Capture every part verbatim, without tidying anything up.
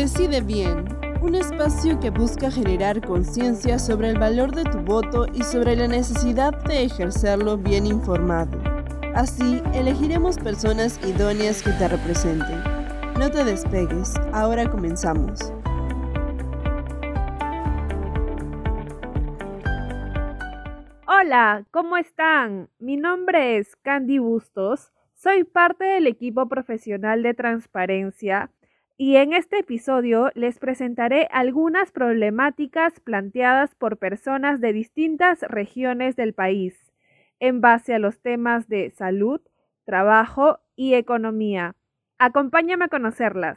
Decide Bien, un espacio que busca generar conciencia sobre el valor de tu voto y sobre la necesidad de ejercerlo bien informado. Así, elegiremos personas idóneas que te representen. No te despegues, ahora comenzamos. Hola, ¿cómo están? Mi nombre es Candy Bustos, soy parte del equipo profesional de transparencia y en este episodio les presentaré algunas problemáticas planteadas por personas de distintas regiones del país en base a los temas de salud, trabajo y economía. Acompáñame a conocerlas.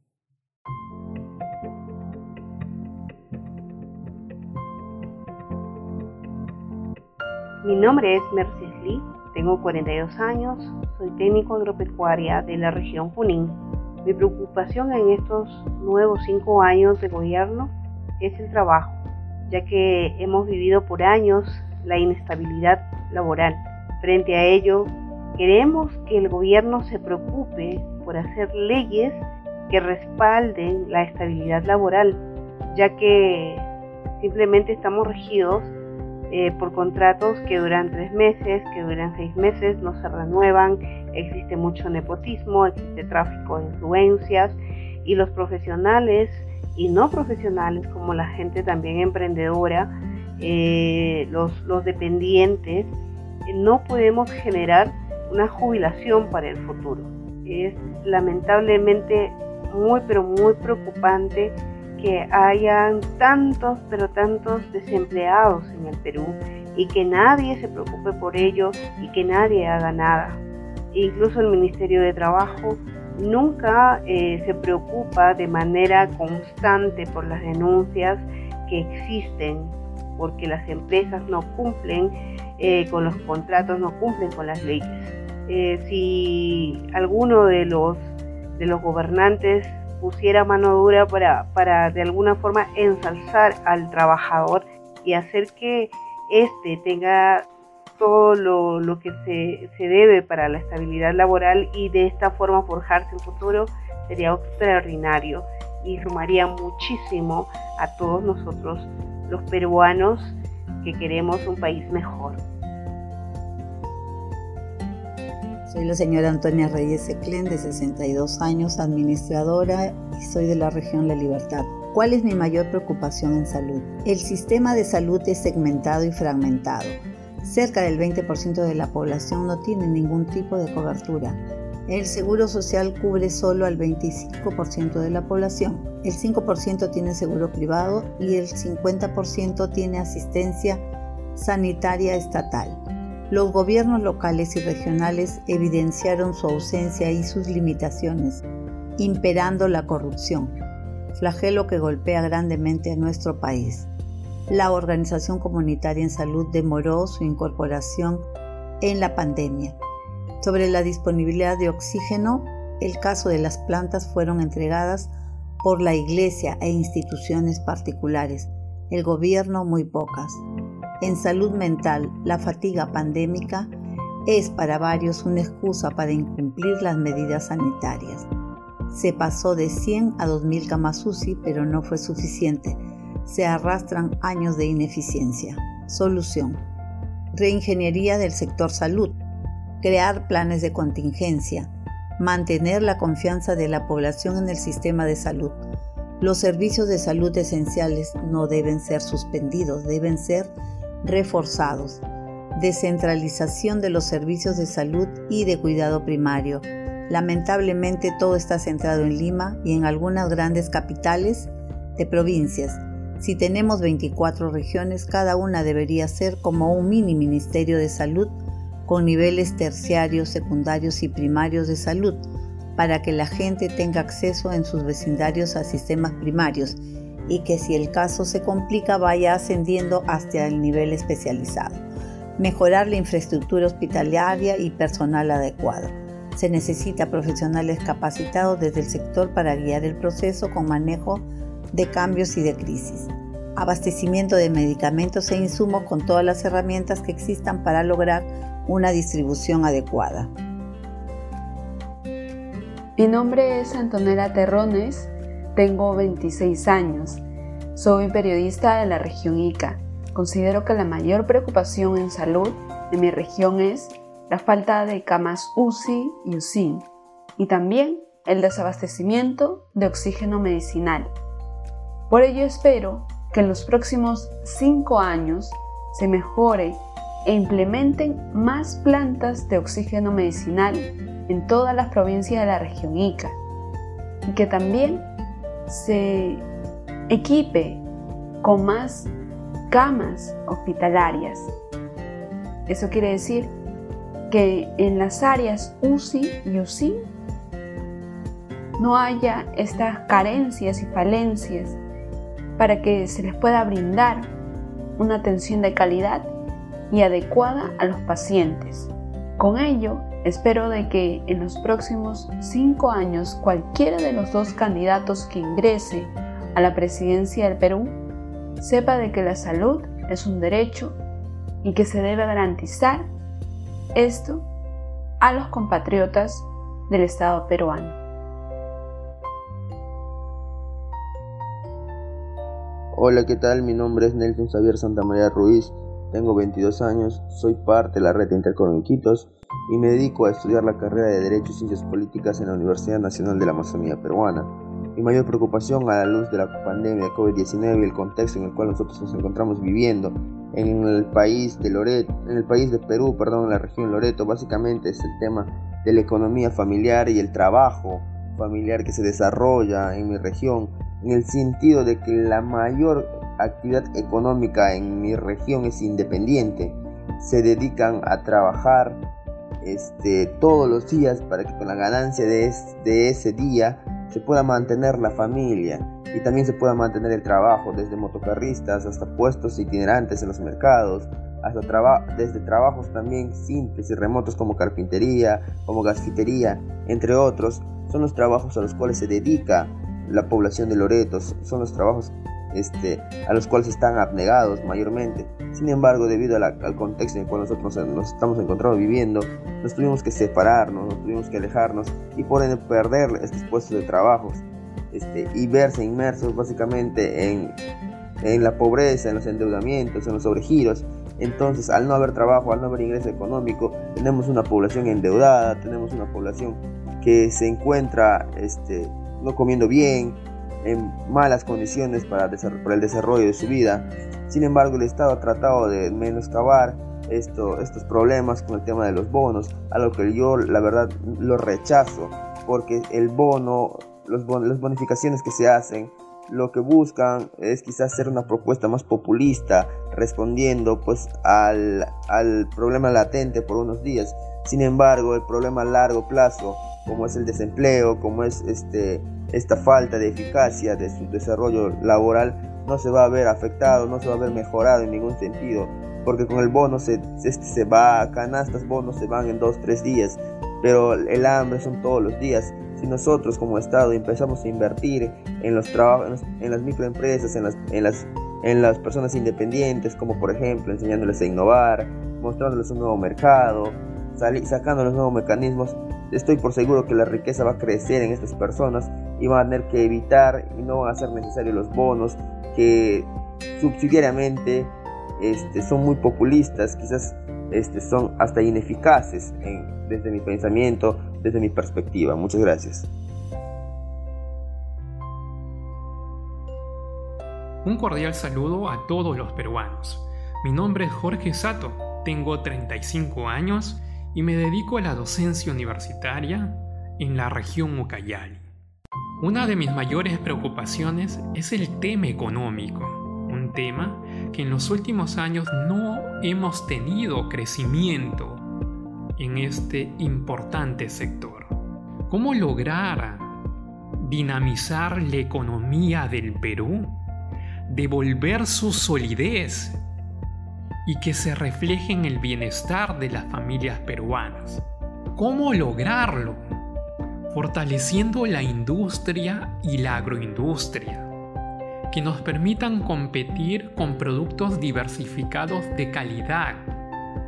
Mi nombre es Mercedes Lee, tengo cuarenta y dos años, soy técnico agropecuaria de la región Junín. Mi preocupación en estos nuevos cinco años de gobierno es el trabajo, ya que hemos vivido por años la inestabilidad laboral. Frente a ello, queremos que el gobierno se preocupe por hacer leyes que respalden la estabilidad laboral, ya que simplemente estamos regidos Eh, por contratos que duran tres meses, que duran seis meses, no se renuevan, existe mucho nepotismo, existe tráfico de influencias y los profesionales y no profesionales, como la gente también emprendedora, eh, los, los dependientes, eh, no podemos generar una jubilación para el futuro. Es lamentablemente muy pero muy preocupante que hayan tantos, pero tantos desempleados en el Perú y que nadie se preocupe por ello y que nadie haga nada. Incluso el Ministerio de Trabajo nunca eh, se preocupa de manera constante por las denuncias que existen, porque las empresas no cumplen eh, con los contratos, no cumplen con las leyes. Eh, si alguno de los, de los gobernantes pusiera mano dura para, para de alguna forma ensalzar al trabajador y hacer que éste tenga todo lo, lo que se, se debe para la estabilidad laboral y de esta forma forjarse un futuro, sería extraordinario y sumaría muchísimo a todos nosotros los peruanos que queremos un país mejor. Soy la señora Antonia Reyes Eclén, de sesenta y dos años, administradora, y soy de la región La Libertad. ¿Cuál es mi mayor preocupación en salud? El sistema de salud es segmentado y fragmentado. Cerca del veinte por ciento de la población no tiene ningún tipo de cobertura. El seguro social cubre solo al veinticinco por ciento de la población. El cinco por ciento tiene seguro privado y el cincuenta por ciento tiene asistencia sanitaria estatal. Los gobiernos locales y regionales evidenciaron su ausencia y sus limitaciones, imperando la corrupción, flagelo que golpea grandemente a nuestro país. La Organización Comunitaria en Salud demoró su incorporación en la pandemia. Sobre la disponibilidad de oxígeno, el caso de las plantas fueron entregadas por la Iglesia e instituciones particulares, el gobierno muy pocas. En salud mental, la fatiga pandémica es para varios una excusa para incumplir las medidas sanitarias. Se pasó de cien a dos mil camas U C I, pero no fue suficiente. Se arrastran años de ineficiencia. Solución: reingeniería del sector salud, crear planes de contingencia, mantener la confianza de la población en el sistema de salud. Los servicios de salud esenciales no deben ser suspendidos, deben ser reforzados. Descentralización de los servicios de salud y de cuidado primario. Lamentablemente todo está centrado en Lima y en algunas grandes capitales de provincias. Si tenemos veinticuatro regiones, cada una debería ser como un mini ministerio de salud con niveles terciarios, secundarios y primarios de salud, para que la gente tenga acceso en sus vecindarios a sistemas primarios y que si el caso se complica vaya ascendiendo hasta el nivel especializado. Mejorar la infraestructura hospitalaria y personal adecuado. Se necesita profesionales capacitados desde el sector para guiar el proceso con manejo de cambios y de crisis. Abastecimiento de medicamentos e insumos con todas las herramientas que existan para lograr una distribución adecuada. Mi nombre es Antonella Terrones, tengo veintiséis años. Soy periodista de la región Ica. Considero que la mayor preocupación en salud en mi región es la falta de camas U C I y U C I N y también el desabastecimiento de oxígeno medicinal. Por ello espero que en los próximos cinco años se mejore e implementen más plantas de oxígeno medicinal en todas las provincias de la región Ica y que también se equipe con más camas hospitalarias. Eso quiere decir que en las áreas U C I y U C I N no haya estas carencias y falencias para que se les pueda brindar una atención de calidad y adecuada a los pacientes. Con ello, espero de que en los próximos cinco años cualquiera de los dos candidatos que ingrese a la presidencia del Perú sepa de que la salud es un derecho y que se debe garantizar esto a los compatriotas del Estado peruano. Hola, ¿qué tal? Mi nombre es Nelson Xavier Santamaría Ruiz, tengo veintidós años, soy parte de la red de Intercom Iquitos y me dedico a estudiar la carrera de Derecho y Ciencias Políticas en la Universidad Nacional de la Amazonía Peruana. Mi mayor preocupación a la luz de la pandemia de COVID diecinueve y el contexto en el cual nosotros nos encontramos viviendo en el país de Loreto, en el país de Perú, perdón, en la región Loreto, básicamente es el tema de la economía familiar y el trabajo familiar que se desarrolla en mi región, en el sentido de que la mayor actividad económica en mi región es independiente. Se dedican a trabajar este, todos los días para que con la ganancia de, es, de ese día se pueda mantener la familia y también se pueda mantener el trabajo, desde motocarristas hasta puestos itinerantes en los mercados, hasta traba- desde trabajos también simples y remotos como carpintería, como gasfitería, entre otros. Son los trabajos a los cuales se dedica la población de Loreto, son los trabajos este, a los cuales están abnegados mayormente. Sin embargo, debido a la, al contexto en el cual nosotros nos estamos encontrando viviendo, nos tuvimos que separarnos, nos tuvimos que alejarnos y por ende perder estos puestos de trabajo este, y verse inmersos básicamente en, en la pobreza, en los endeudamientos, en los sobregiros. Entonces, al no haber trabajo, al no haber ingreso económico, tenemos una población endeudada, tenemos una población que se encuentra este, no comiendo bien, en malas condiciones para, para el desarrollo de su vida. Sin embargo, el Estado ha tratado de menoscabar esto, estos problemas con el tema de los bonos, a lo que yo la verdad lo rechazo, porque el bono, los bon, las bonificaciones que se hacen, lo que buscan es quizás hacer una propuesta más populista, respondiendo pues al, al problema latente por unos días. Sin embargo, el problema a largo plazo, como es el desempleo, como es este, esta falta de eficacia de su desarrollo laboral, no se va a ver afectado, no se va a ver mejorado en ningún sentido, porque con el bono se, este, se va, canastas bonos se van en dos, tres días, pero el hambre son todos los días. Si nosotros como Estado empezamos a invertir en los trabajos, en las microempresas, en las, en las, en las personas independientes, como por ejemplo enseñándoles a innovar, mostrándoles un nuevo mercado, sacando los nuevos mecanismos, estoy por seguro que la riqueza va a crecer en estas personas y van a tener que evitar y no van a ser necesarios los bonos que subsidiariamente este, son muy populistas, quizás este, son hasta ineficaces en, desde mi pensamiento, desde mi perspectiva. Muchas gracias. Un cordial saludo a todos los peruanos. Mi nombre es Jorge Sato, tengo treinta y cinco años y me dedico a la docencia universitaria en la región Ucayali. Una de mis mayores preocupaciones es el tema económico, un tema que en los últimos años no hemos tenido crecimiento en este importante sector. ¿Cómo lograr dinamizar la economía del Perú, devolver su solidez y que se refleje en el bienestar de las familias peruanas? ¿Cómo lograrlo? Fortaleciendo la industria y la agroindustria, que nos permitan competir con productos diversificados de calidad,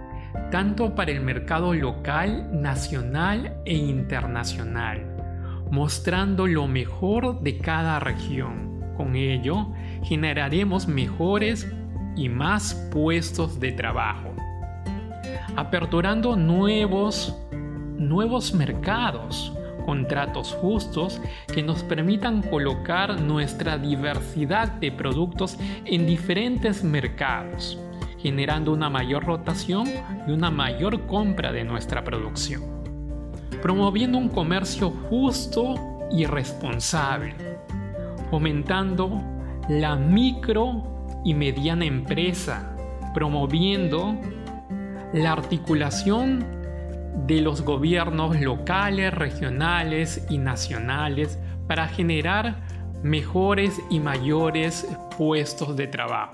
tanto para el mercado local, nacional e internacional, mostrando lo mejor de cada región. Con ello, generaremos mejores y más puestos de trabajo, aperturando nuevos, nuevos mercados, contratos justos que nos permitan colocar nuestra diversidad de productos en diferentes mercados, generando una mayor rotación y una mayor compra de nuestra producción, promoviendo un comercio justo y responsable, fomentando la micro y mediana empresa, promoviendo la articulación de los gobiernos locales, regionales y nacionales para generar mejores y mayores puestos de trabajo.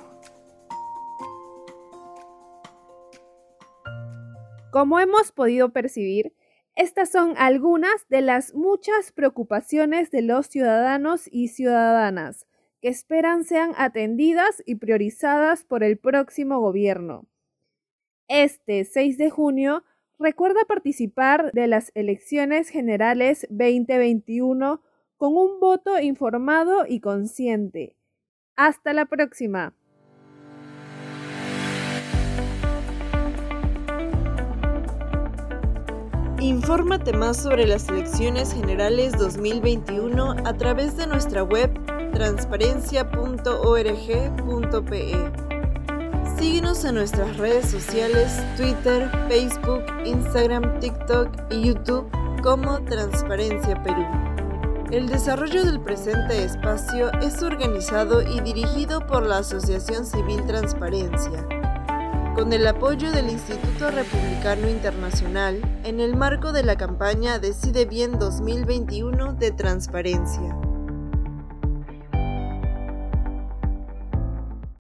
Como hemos podido percibir, estas son algunas de las muchas preocupaciones de los ciudadanos y ciudadanas que esperan sean atendidas y priorizadas por el próximo gobierno. Este seis de junio, recuerda participar de las elecciones generales veinte veintiuno con un voto informado y consciente. Hasta la próxima. Infórmate más sobre las elecciones generales dos mil veintiuno a través de nuestra web transparencia punto org punto pe. Síguenos en nuestras redes sociales, Twitter, Facebook, Instagram, TikTok y YouTube como Transparencia Perú. El desarrollo del presente espacio es organizado y dirigido por la Asociación Civil Transparencia, con el apoyo del Instituto Republicano Internacional en el marco de la campaña Decide Bien dos mil veintiuno de Transparencia.